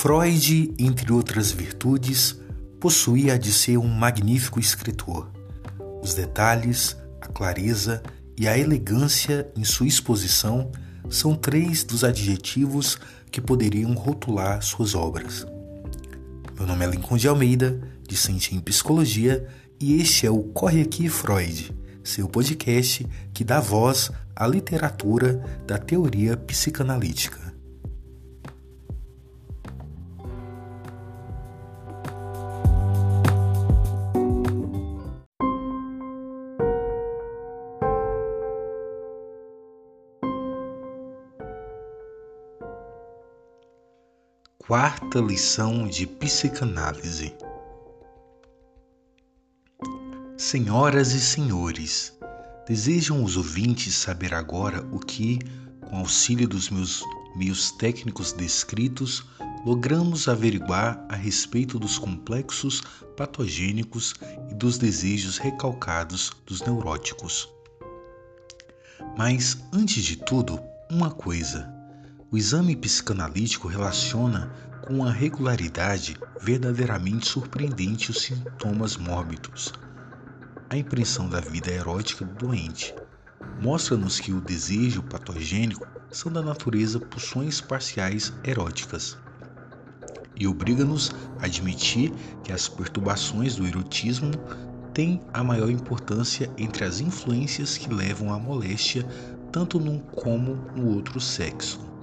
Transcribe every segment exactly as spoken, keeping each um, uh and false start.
Freud, entre outras virtudes, possuía a de ser um magnífico escritor. Os detalhes, a clareza e a elegância em sua exposição são três dos adjetivos que poderiam rotular suas obras. Meu nome é Lincoln de Almeida, discente em Psicologia, e este é o Corre Aqui Freud, seu podcast que dá voz à literatura da teoria psicanalítica. Quarta lição de psicanálise. Senhoras e senhores, desejam os ouvintes saber agora o que, com auxílio dos meus meios técnicos descritos, logramos averiguar a respeito dos complexos patogênicos e dos desejos recalcados dos neuróticos. Mas, antes de tudo, uma coisa. O exame psicanalítico relaciona com uma regularidade verdadeiramente surpreendente os sintomas mórbidos. A impressão da vida erótica do doente mostra-nos que o desejo patogênico são da natureza pulsões parciais eróticas e obriga-nos a admitir que as perturbações do erotismo têm a maior importância entre as influências que levam à moléstia tanto num como no outro sexo.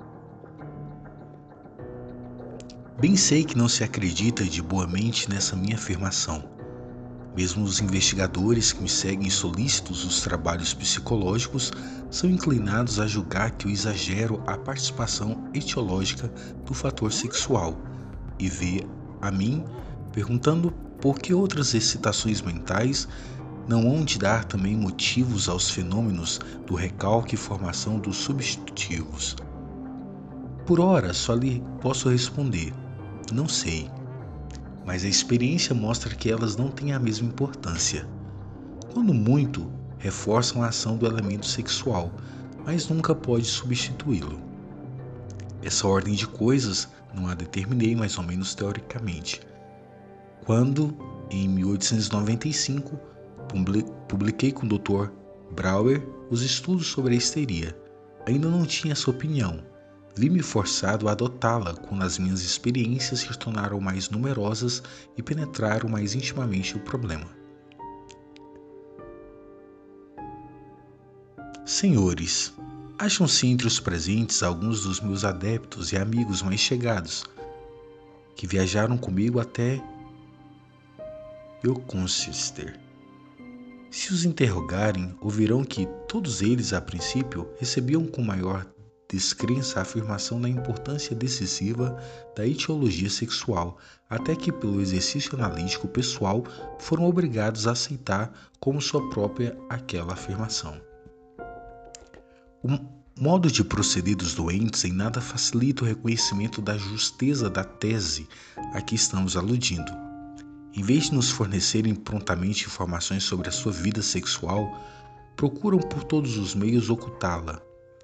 Bem sei que não se acredita de boa mente nessa minha afirmação. Mesmo os investigadores que me seguem solícitos dos trabalhos psicológicos são inclinados a julgar que eu exagero a participação etiológica do fator sexual e vê a mim perguntando por que outras excitações mentais não hão de dar também motivos aos fenômenos do recalque e formação dos substitutivos. Por ora, só lhe posso responder. Não sei, mas a experiência mostra que elas não têm a mesma importância. Quando muito, reforçam a ação do elemento sexual, mas nunca pode substituí-lo. Essa ordem de coisas não a determinei mais ou menos teoricamente. Quando, em mil oitocentos e noventa e cinco, publiquei com o doutor Brauer os estudos sobre a histeria, ainda não tinha essa opinião. Vi-me forçado a adotá-la quando as minhas experiências se tornaram mais numerosas e penetraram mais intimamente o problema. Senhores, acham-se entre os presentes alguns dos meus adeptos e amigos mais chegados, que viajaram comigo até Yokosuka. Se os interrogarem, ouvirão que todos eles, a princípio, recebiam com maior descrença a afirmação da importância decisiva da etiologia sexual, até que pelo exercício analítico pessoal foram obrigados a aceitar como sua própria aquela afirmação. O modo de proceder dos doentes em nada facilita o reconhecimento da justeza da tese a que estamos aludindo. Em vez de nos fornecerem prontamente informações sobre a sua vida sexual, procuram por todos os meios ocultá-la.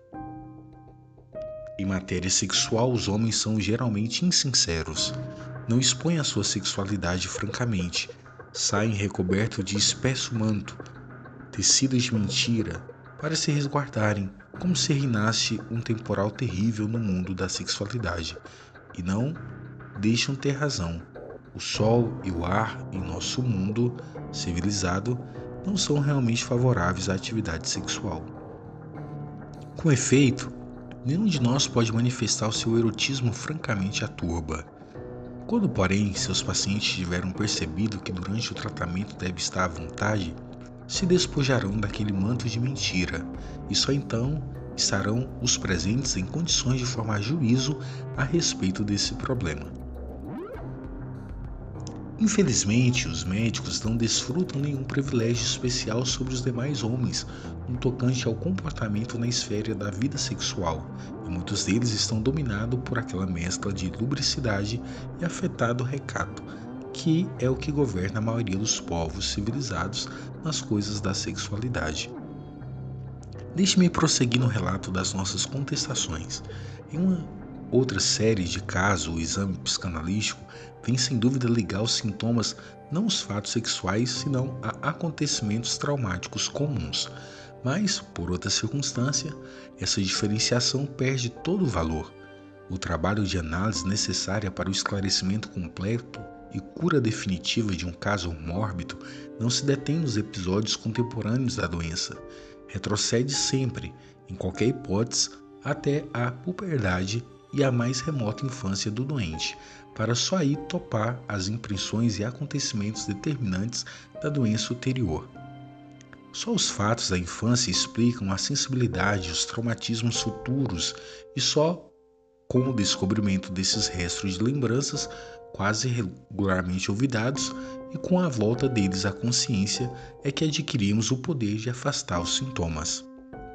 Em matéria sexual, os homens são geralmente insinceros, não expõem a sua sexualidade francamente, saem recobertos de espesso manto, tecidos de mentira, para se resguardarem, como se reinasse um temporal terrível no mundo da sexualidade, e não deixam ter razão. O sol e o ar em nosso mundo civilizado não são realmente favoráveis à atividade sexual. Com efeito, nenhum de nós pode manifestar o seu erotismo francamente à turba. Quando, porém, seus pacientes tiveram percebido que durante o tratamento deve estar à vontade, se despojarão daquele manto de mentira, e só então estarão os presentes em condições de formar juízo a respeito desse problema. Infelizmente, os médicos não desfrutam nenhum privilégio especial sobre os demais homens no tocante ao comportamento na esfera da vida sexual, e muitos deles estão dominados por aquela mescla de lubricidade e afetado recato, que é o que governa a maioria dos povos civilizados nas coisas da sexualidade. Deixe-me prosseguir no relato das nossas contestações. Em uma outra série de casos, o exame psicanalítico, vem sem dúvida ligar os sintomas não aos fatos sexuais, senão a acontecimentos traumáticos comuns. Mas, por outra circunstância, essa diferenciação perde todo o valor. O trabalho de análise necessária para o esclarecimento completo e cura definitiva de um caso mórbido não se detém nos episódios contemporâneos da doença. Retrocede sempre, em qualquer hipótese, até a puberdade e a mais remota infância do doente, para só aí topar as impressões e acontecimentos determinantes da doença ulterior. Só os fatos da infância explicam a sensibilidade e os traumatismos futuros, e só com o descobrimento desses restos de lembranças, quase regularmente olvidados, e com a volta deles à consciência, é que adquirimos o poder de afastar os sintomas.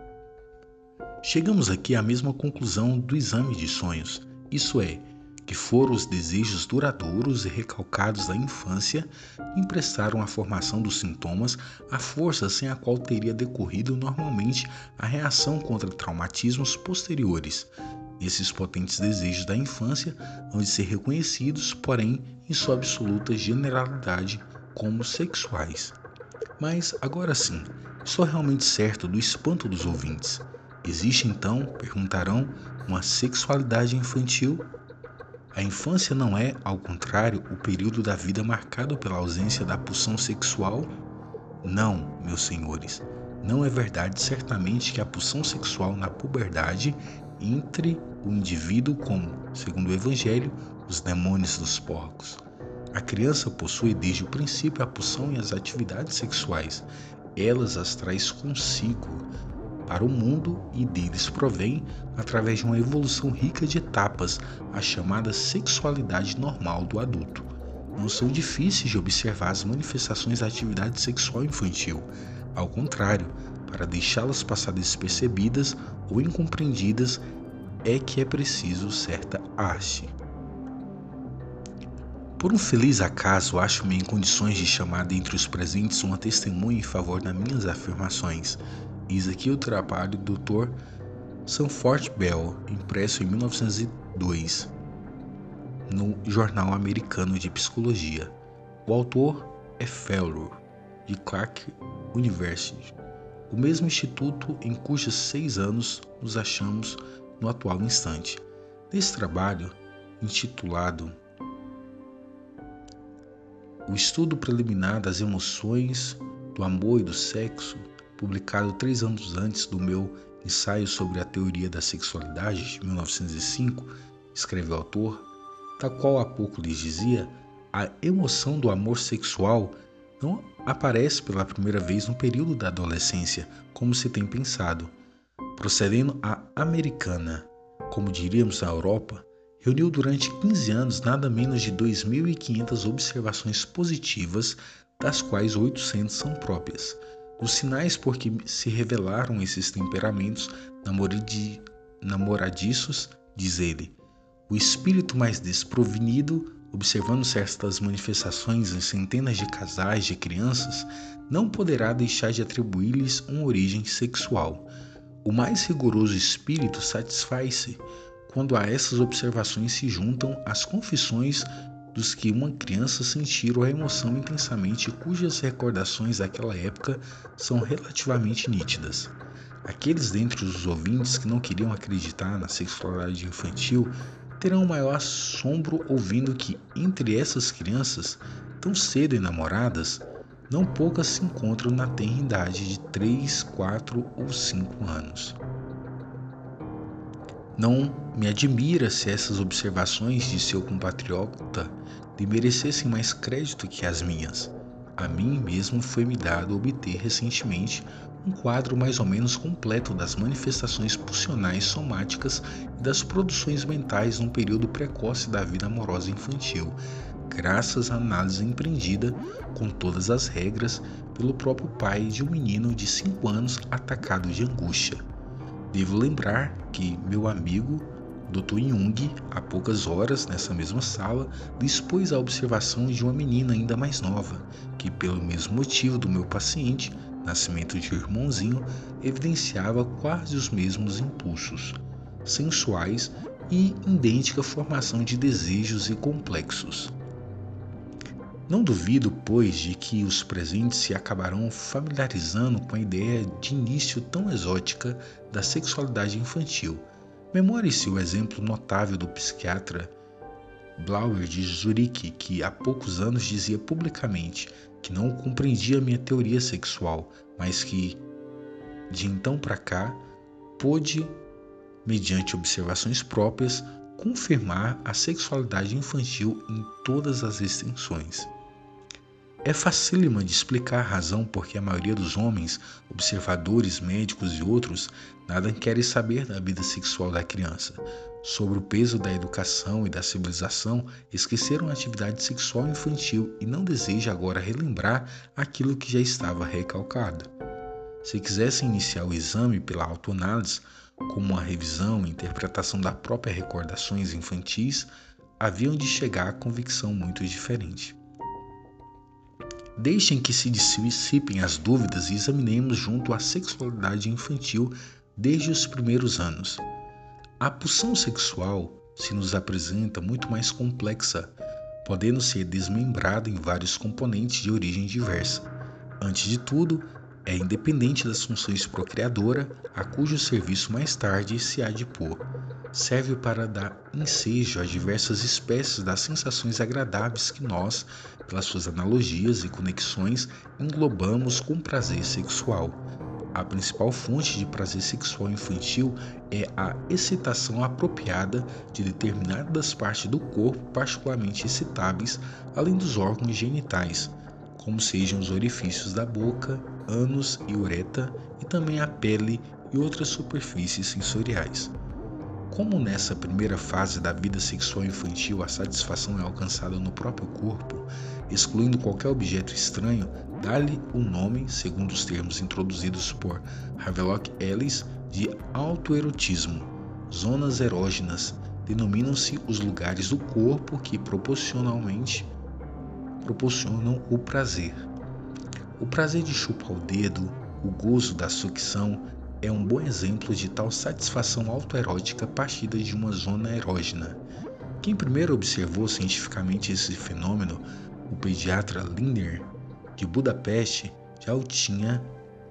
Chegamos aqui à mesma conclusão do exame de sonhos, isso é, que foram os desejos duradouros e recalcados da infância que emprestaram à formação dos sintomas a força sem a qual teria decorrido normalmente a reação contra traumatismos posteriores. Esses potentes desejos da infância hão de ser reconhecidos, porém, em sua absoluta generalidade, como sexuais. Mas, agora sim, estou realmente certo do espanto dos ouvintes. Existe então, perguntarão, uma sexualidade infantil? A infância não é, ao contrário, o período da vida marcado pela ausência da pulsão sexual? Não, meus senhores, não é verdade certamente que a pulsão sexual na puberdade entre o indivíduo como, segundo o Evangelho, os demônios dos porcos. A criança possui desde o princípio a pulsão e as atividades sexuais. Elas as traz consigo para o mundo e deles provém, através de uma evolução rica de etapas, a chamada sexualidade normal do adulto. Não são difíceis de observar as manifestações da atividade sexual infantil. Ao contrário, para deixá-las passar despercebidas ou incompreendidas, é que é preciso certa arte. Por um feliz acaso, acho-me em condições de chamar dentre os presentes uma testemunha em favor das minhas afirmações. Eis aqui o trabalho do doutor Sanford Bell, impresso em mil novecentos e dois, no Jornal Americano de Psicologia. O autor é Fellow, de Clark University, o mesmo instituto em cujos seis anos nos achamos no atual instante. Nesse trabalho, intitulado O Estudo Preliminar das Emoções, do Amor e do Sexo, publicado três anos antes do meu ensaio sobre a teoria da sexualidade, de mil novecentos e cinco, escreve o autor, tal qual há pouco lhes dizia, a emoção do amor sexual não aparece pela primeira vez no período da adolescência, como se tem pensado. Procedendo à americana, como diríamos na Europa, reuniu durante quinze anos nada menos de dois mil e quinhentas observações positivas, das quais oitocentas são próprias. Os sinais por que se revelaram esses temperamentos namoradi... namoradiços, diz ele, o espírito mais desprovenido, observando certas manifestações em centenas de casais de crianças, não poderá deixar de atribuir-lhes uma origem sexual. O mais rigoroso espírito satisfaz-se quando a essas observações se juntam as confissões dos que uma criança sentiram a emoção intensamente e cujas recordações daquela época são relativamente nítidas. Aqueles dentre os ouvintes que não queriam acreditar na sexualidade infantil terão o maior assombro ouvindo que, entre essas crianças, tão cedo enamoradas, não poucas se encontram na tenra idade de três, quatro ou cinco anos. Não me admira se essas observações de seu compatriota lhe merecessem mais crédito que as minhas. A mim mesmo foi-me dado obter recentemente um quadro mais ou menos completo das manifestações pulsionais somáticas e das produções mentais num período precoce da vida amorosa infantil, graças à análise empreendida, com todas as regras, pelo próprio pai de um menino de cinco anos atacado de angústia. Devo lembrar que meu amigo doutor Jung, há poucas horas, nessa mesma sala, dispôs a observação de uma menina ainda mais nova, que, pelo mesmo motivo do meu paciente, nascimento de um irmãozinho, evidenciava quase os mesmos impulsos sensuais e idêntica formação de desejos e complexos. Não duvido, pois, de que os presentes se acabarão familiarizando com a ideia de início tão exótica da sexualidade infantil. Memore-se o exemplo notável do psiquiatra Blauer de Zurique, que há poucos anos dizia publicamente que não compreendia minha teoria sexual, mas que, de então para cá, pôde, mediante observações próprias, confirmar a sexualidade infantil em todas as extensões. É facílima de explicar a razão por que a maioria dos homens, observadores, médicos e outros, nada querem saber da vida sexual da criança. Sobre o peso da educação e da civilização, esqueceram a atividade sexual infantil e não desejam agora relembrar aquilo que já estava recalcado. Se quisessem iniciar o exame pela autoanálise, como uma revisão e interpretação das próprias recordações infantis, haviam de chegar à convicção muito diferente. Deixem que se dissipem as dúvidas e examinemos junto a sexualidade infantil desde os primeiros anos. A pulsão sexual se nos apresenta muito mais complexa, podendo ser desmembrada em vários componentes de origem diversa. Antes de tudo, é independente das funções procriadora, a cujo serviço mais tarde se há de pôr. Serve para dar ensejo a diversas espécies das sensações agradáveis que nós, pelas suas analogias e conexões, englobamos com prazer sexual. A principal fonte de prazer sexual infantil é a excitação apropriada de determinadas partes do corpo particularmente excitáveis, além dos órgãos genitais, como sejam os orifícios da boca, ânus e uretra, e também a pele e outras superfícies sensoriais. Como nessa primeira fase da vida sexual infantil a satisfação é alcançada no próprio corpo, excluindo qualquer objeto estranho, dá-lhe o nome, segundo os termos introduzidos por Havelock Ellis, de autoerotismo. Zonas erógenas denominam-se os lugares do corpo que proporcionalmente proporcionam o prazer. O prazer de chupar o dedo, o gozo da sucção, é um bom exemplo de tal satisfação autoerótica partida de uma zona erógena. Quem primeiro observou cientificamente esse fenômeno, o pediatra Lindner, de Budapeste, já o tinha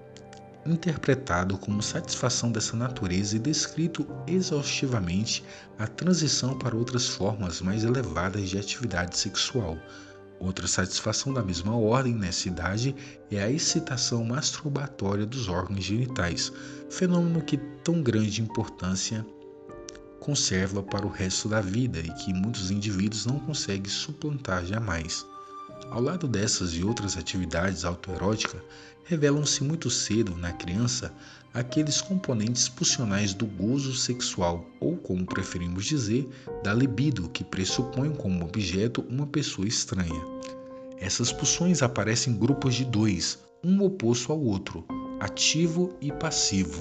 interpretado como satisfação dessa natureza e descrito exaustivamente a transição para outras formas mais elevadas de atividade sexual. Outra satisfação da mesma ordem nessa idade é a excitação masturbatória dos órgãos genitais, fenômeno que tão grande importância conserva para o resto da vida e que muitos indivíduos não conseguem suplantar jamais. Ao lado dessas e outras atividades autoeróticas, revelam-se muito cedo na criança aqueles componentes pulsionais do gozo sexual, ou como preferimos dizer, da libido, que pressupõem como objeto uma pessoa estranha. Essas pulsões aparecem em grupos de dois, um oposto ao outro, ativo e passivo.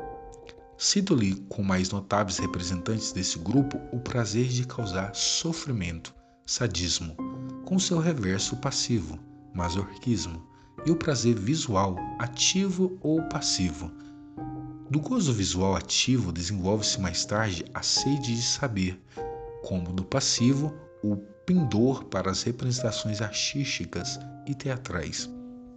Cito-lhe com mais notáveis representantes desse grupo o prazer de causar sofrimento, sadismo, com seu reverso passivo, masoquismo, e o prazer visual, ativo ou passivo. Do gozo visual ativo desenvolve-se mais tarde a sede de saber, como do passivo, o pendor para as representações artísticas e teatrais.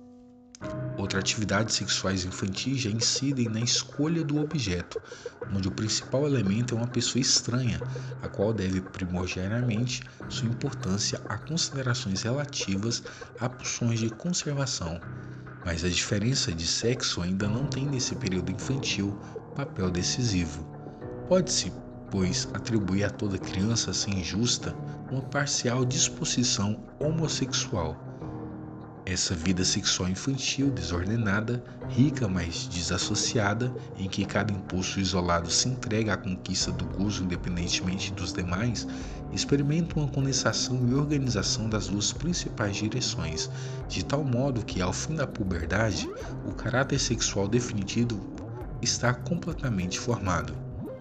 Outras atividades sexuais infantis já incidem na escolha do objeto, onde o principal elemento é uma pessoa estranha, a qual deve primordialmente sua importância a considerações relativas a pulsões de conservação. Mas a diferença de sexo ainda não tem nesse período infantil papel decisivo. Pode-se, pois, atribuir a toda criança sem justa uma parcial disposição homossexual. Essa vida sexual infantil desordenada, rica mas desassociada, em que cada impulso isolado se entrega à conquista do gozo independentemente dos demais, experimenta uma condensação e organização das duas principais direções, de tal modo que, ao fim da puberdade, o caráter sexual definitivo está completamente formado.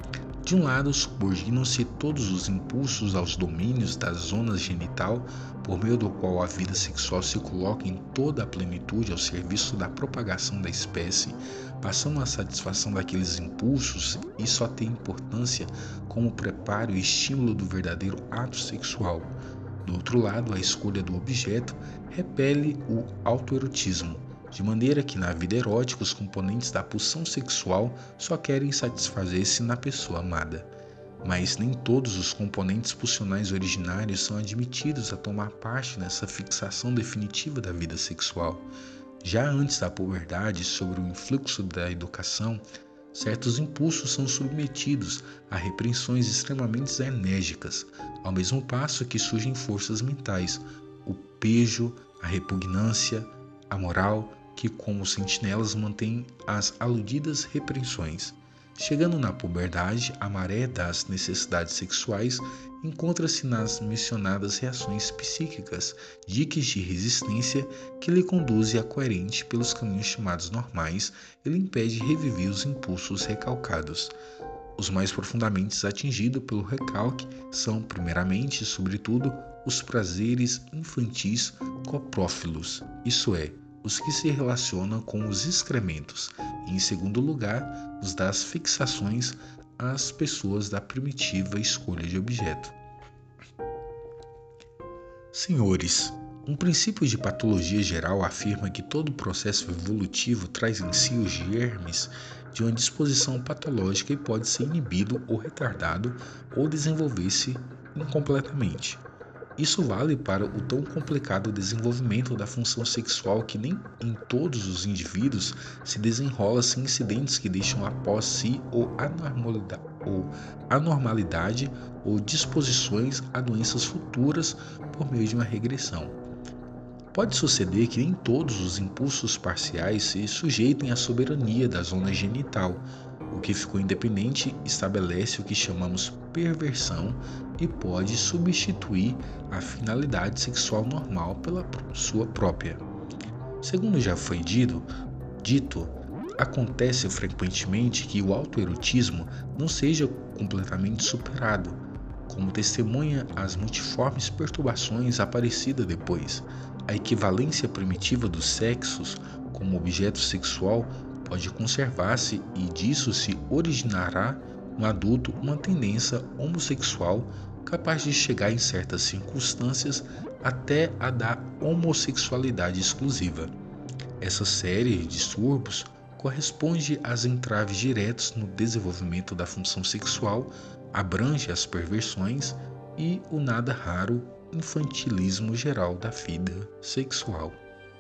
De um lado, subordinam-se todos os impulsos aos domínios da zona genital, por meio do qual a vida sexual se coloca em toda a plenitude ao serviço da propagação da espécie, passando a satisfação daqueles impulsos e só tem importância como preparo e estímulo do verdadeiro ato sexual. Do outro lado, a escolha do objeto repele o autoerotismo, de maneira que na vida erótica os componentes da pulsão sexual só querem satisfazer-se na pessoa amada. Mas nem todos os componentes pulsionais originários são admitidos a tomar parte nessa fixação definitiva da vida sexual. Já antes da puberdade, sob o influxo da educação, certos impulsos são submetidos a repreensões extremamente enérgicas, ao mesmo passo que surgem forças mentais, o pejo, a repugnância, a moral, que como sentinelas mantêm as aludidas repreensões. Chegando na puberdade, a maré das necessidades sexuais encontra-se nas mencionadas reações psíquicas, diques de resistência que lhe conduzem a coerente pelos caminhos chamados normais e lhe impede reviver os impulsos recalcados. Os mais profundamente atingidos pelo recalque são, primeiramente e sobretudo, os prazeres infantis coprófilos, isso é, os que se relacionam com os excrementos, e, em segundo lugar, os das fixações às pessoas da primitiva escolha de objeto. Senhores, um princípio de patologia geral afirma que todo processo evolutivo traz em si os germes de uma disposição patológica e pode ser inibido ou retardado ou desenvolver-se incompletamente. Isso vale para o tão complicado desenvolvimento da função sexual que nem em todos os indivíduos se desenrola sem incidentes que deixam após si ou anormalidade ou, anormalidade, ou disposições a doenças futuras por meio de uma regressão. Pode suceder que nem todos os impulsos parciais se sujeitem à soberania da zona genital. O que ficou independente estabelece o que chamamos perversão e pode substituir a finalidade sexual normal pela sua própria. Segundo já foi dito, dito, acontece frequentemente que o autoerotismo não seja completamente superado, como testemunha as multiformes perturbações aparecidas depois. A equivalência primitiva dos sexos como objeto sexual pode conservar-se e disso se originará no adulto uma tendência homossexual capaz de chegar em certas circunstâncias até a da homossexualidade exclusiva. Essa série de distúrbios corresponde às entraves diretos no desenvolvimento da função sexual, abrange as perversões e o nada raro infantilismo geral da vida sexual.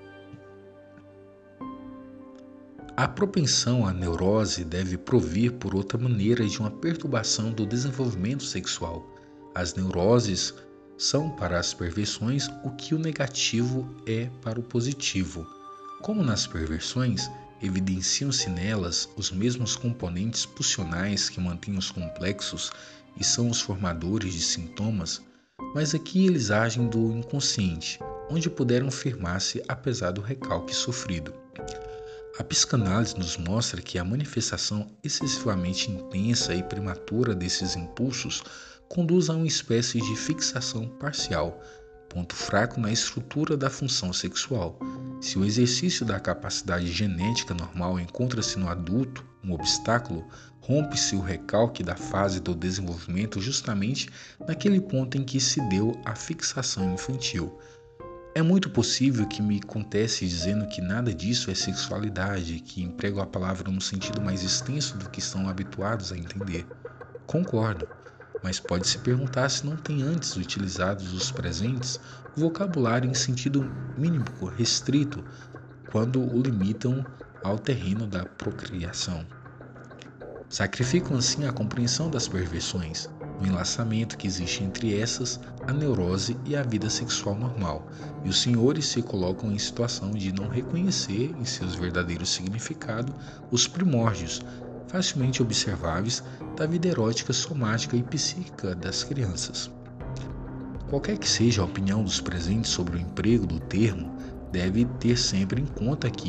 A propensão à neurose deve provir por outra maneira de uma perturbação do desenvolvimento sexual. As neuroses são para as perversões o que o negativo é para o positivo. Como nas perversões, evidenciam-se nelas os mesmos componentes pulsionais que mantêm os complexos e são os formadores de sintomas, mas aqui eles agem do inconsciente, onde puderam firmar-se apesar do recalque sofrido. A psicanálise nos mostra que a manifestação excessivamente intensa e prematura desses impulsos conduz a uma espécie de fixação parcial, ponto fraco na estrutura da função sexual. Se o exercício da capacidade genética normal encontra-se no adulto um obstáculo, rompe-se o recalque da fase do desenvolvimento justamente naquele ponto em que se deu a fixação infantil. É muito possível que me conteste dizendo que nada disso é sexualidade, que emprego a palavra no sentido mais extenso do que estão habituados a entender. Concordo, mas pode-se perguntar se não tem antes utilizados os presentes o vocabulário em sentido mínimo restrito, quando o limitam ao terreno da procriação. Sacrificam assim a compreensão das perversões, o enlaçamento que existe entre essas, a neurose e a vida sexual normal, e os senhores se colocam em situação de não reconhecer em seus verdadeiros significados os primórdios, facilmente observáveis, da vida erótica, somática e psíquica das crianças. Qualquer que seja a opinião dos presentes sobre o emprego do termo, deve ter sempre em conta que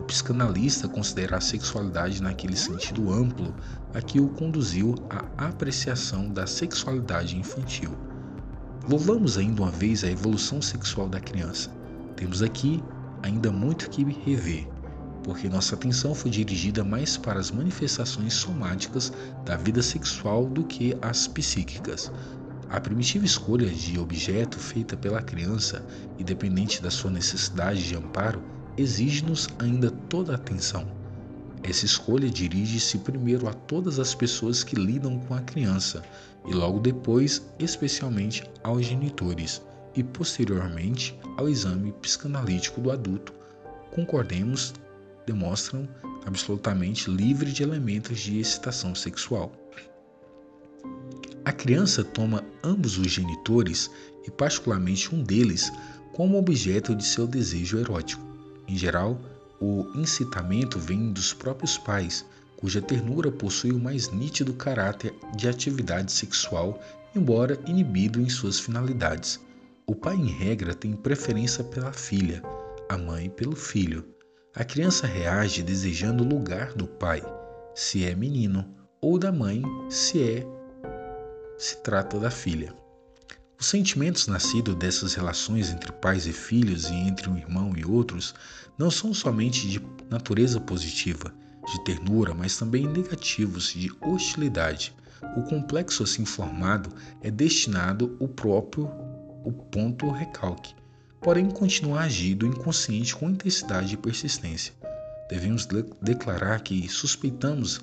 o psicanalista considera a sexualidade naquele sentido amplo a que o conduziu à apreciação da sexualidade infantil. Louvamos ainda uma vez a evolução sexual da criança. Temos aqui ainda muito que rever, porque nossa atenção foi dirigida mais para as manifestações somáticas da vida sexual do que as psíquicas. A primitiva escolha de objeto feita pela criança, independente da sua necessidade de amparo, exige-nos ainda toda a atenção. Essa escolha dirige-se primeiro a todas as pessoas que lidam com a criança e logo depois, especialmente aos genitores e posteriormente ao exame psicanalítico do adulto. Concordemos, demonstram absolutamente livre de elementos de excitação sexual. A criança toma ambos os genitores, e particularmente um deles, como objeto de seu desejo erótico. Em geral, o incitamento vem dos próprios pais, cuja ternura possui o mais nítido caráter de atividade sexual, embora inibido em suas finalidades. O pai, em regra, tem preferência pela filha, a mãe pelo filho. A criança reage desejando o lugar do pai, se é menino, ou da mãe, se é se trata da filha. Os sentimentos nascidos dessas relações entre pais e filhos e entre um irmão e outros não são somente de natureza positiva, de ternura, mas também negativos, de hostilidade. O complexo assim formado é destinado ao próprio o ponto recalque, porém continua a agir do inconsciente com intensidade e persistência. Devemos de- declarar que suspeitamos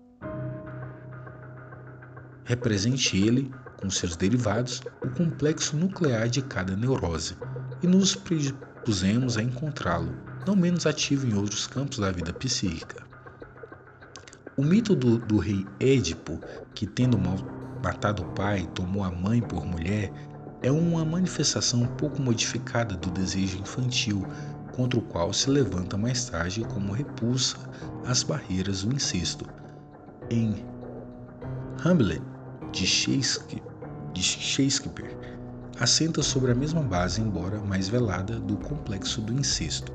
represente ele, com seus derivados, o complexo nuclear de cada neurose, e nos predispusemos a encontrá-lo, não menos ativo em outros campos da vida psíquica. O mito do, do rei Édipo, que tendo mal, matado o pai, tomou a mãe por mulher, é uma manifestação pouco modificada do desejo infantil, contra o qual se levanta mais tarde como repulsa às barreiras do incesto. Em Hamlet, de Shakespeare, de Shakespeare, assenta sobre a mesma base, embora mais velada, do complexo do incesto.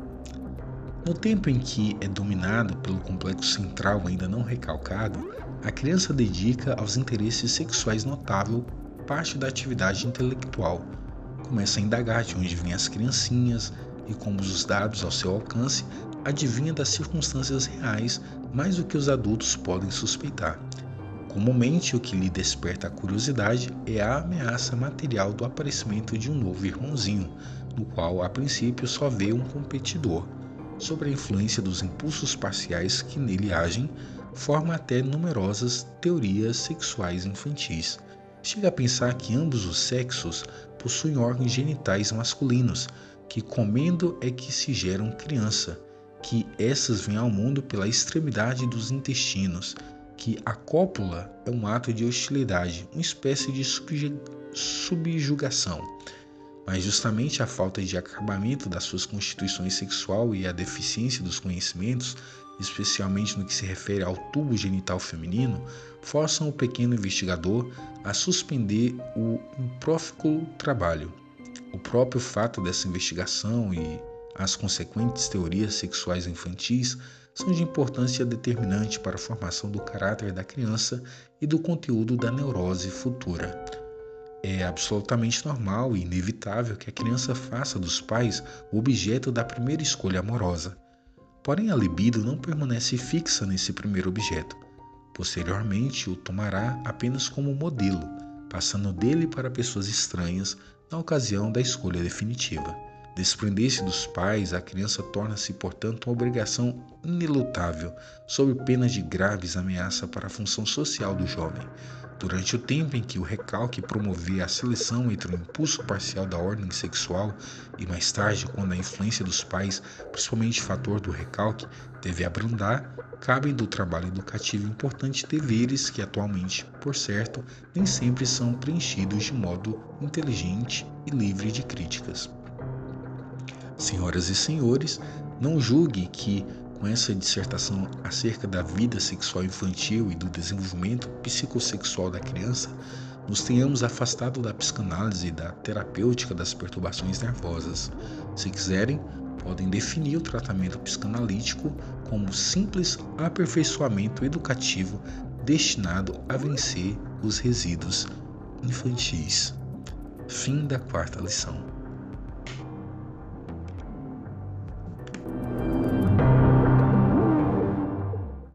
No tempo em que é dominado pelo complexo central ainda não recalcado, a criança dedica aos interesses sexuais notável parte da atividade intelectual. Começa a indagar de onde vêm as criancinhas e, como os dados ao seu alcance, adivinha das circunstâncias reais mais do que os adultos podem suspeitar. Comumente, o que lhe desperta a curiosidade é a ameaça material do aparecimento de um novo irmãozinho, no qual, a princípio, só vê um competidor. Sobre a influência dos impulsos parciais que nele agem, forma até numerosas teorias sexuais infantis. Chega a pensar que ambos os sexos possuem órgãos genitais masculinos, que comendo é que se geram criança, que essas vêm ao mundo pela extremidade dos intestinos, que a cópula é um ato de hostilidade, uma espécie de subjugação. Mas justamente a falta de acabamento das suas constituições sexual e a deficiência dos conhecimentos, especialmente no que se refere ao tubo genital feminino, forçam o pequeno investigador a suspender o impróficuo trabalho. O próprio fato dessa investigação e as consequentes teorias sexuais infantis são de importância determinante para a formação do caráter da criança e do conteúdo da neurose futura. É absolutamente normal e inevitável que a criança faça dos pais o objeto da primeira escolha amorosa. Porém, a libido não permanece fixa nesse primeiro objeto. Posteriormente, o tomará apenas como modelo, passando dele para pessoas estranhas na ocasião da escolha definitiva. Desprender-se dos pais, a criança torna-se, portanto, uma obrigação inelutável, sob pena de graves ameaças para a função social do jovem. Durante o tempo em que o recalque promovia a seleção entre o impulso parcial da ordem sexual e mais tarde, quando a influência dos pais, principalmente o fator do recalque, deve abrandar, cabem do trabalho educativo importantes deveres que atualmente, por certo, nem sempre são preenchidos de modo inteligente e livre de críticas. Senhoras e senhores, não julgue que, com essa dissertação acerca da vida sexual infantil e do desenvolvimento psicossexual da criança, nos tenhamos afastado da psicanálise e da terapêutica das perturbações nervosas. Se quiserem, podem definir o tratamento psicanalítico como simples aperfeiçoamento educativo destinado a vencer os resíduos infantis. Fim da quarta lição.